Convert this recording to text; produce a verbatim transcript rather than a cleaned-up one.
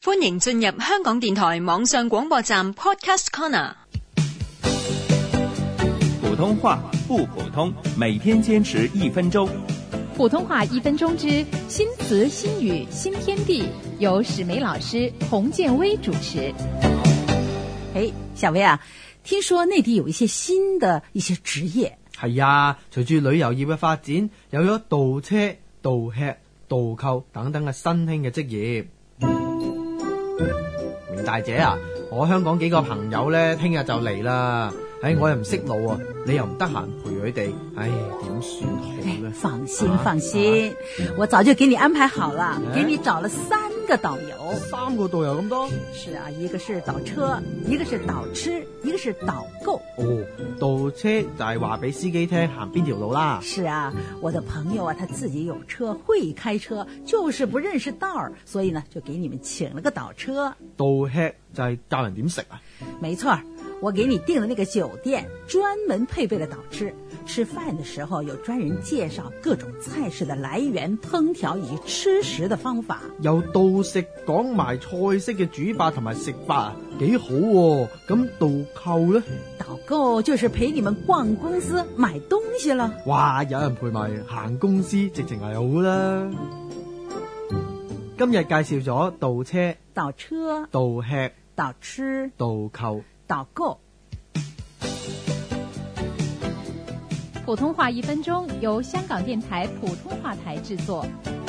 歡迎進入香港電台網上廣播站 Podcast Corner。 普通話不普通，每天堅持一分鐘。 普通話一分鐘之新詞新語新天地，由史梅老師洪建威主持。 哎，小薇啊，聽說內地有一些新的一些職業。 係啊，隨住旅遊業嘅發展，有咗導車、導吃、導購等等嘅新興嘅職業。明大姐啊，我香港幾個朋友咧，聽日就嚟啦。唉，我又唔識路啊，你又唔得閒陪佢哋，唉，點算好呢？ 放心放心、啊啊，我早就給你安排好了，給你找了三個導遊。 三個導遊咁多？ 是啊，一個是導車，一個是導吃，一個是導購。 哦，導車就係話俾司機聽行邊條路啦。 是啊，我的朋友啊，他自己有車，會開車，就是不認識道兒，所以呢，就給你們請了個導車。 導吃就係教人點食啊？ 沒錯。我給你訂的那個酒店專門配備了導吃，吃飯的時候有專人介紹各種菜式的來源、烹調以及吃食的方法。 由導食講埋菜式嘅煮法同埋食法，幾好喎。咁導購呢？ 導購就是陪你們逛公司買東西了。 哇，有人陪埋行公司，直情係好啦。今日介紹咗導車、 導車、 導吃、 導吃、 導購、 導購。 普通話一分鐘由香港電台普通話台製作。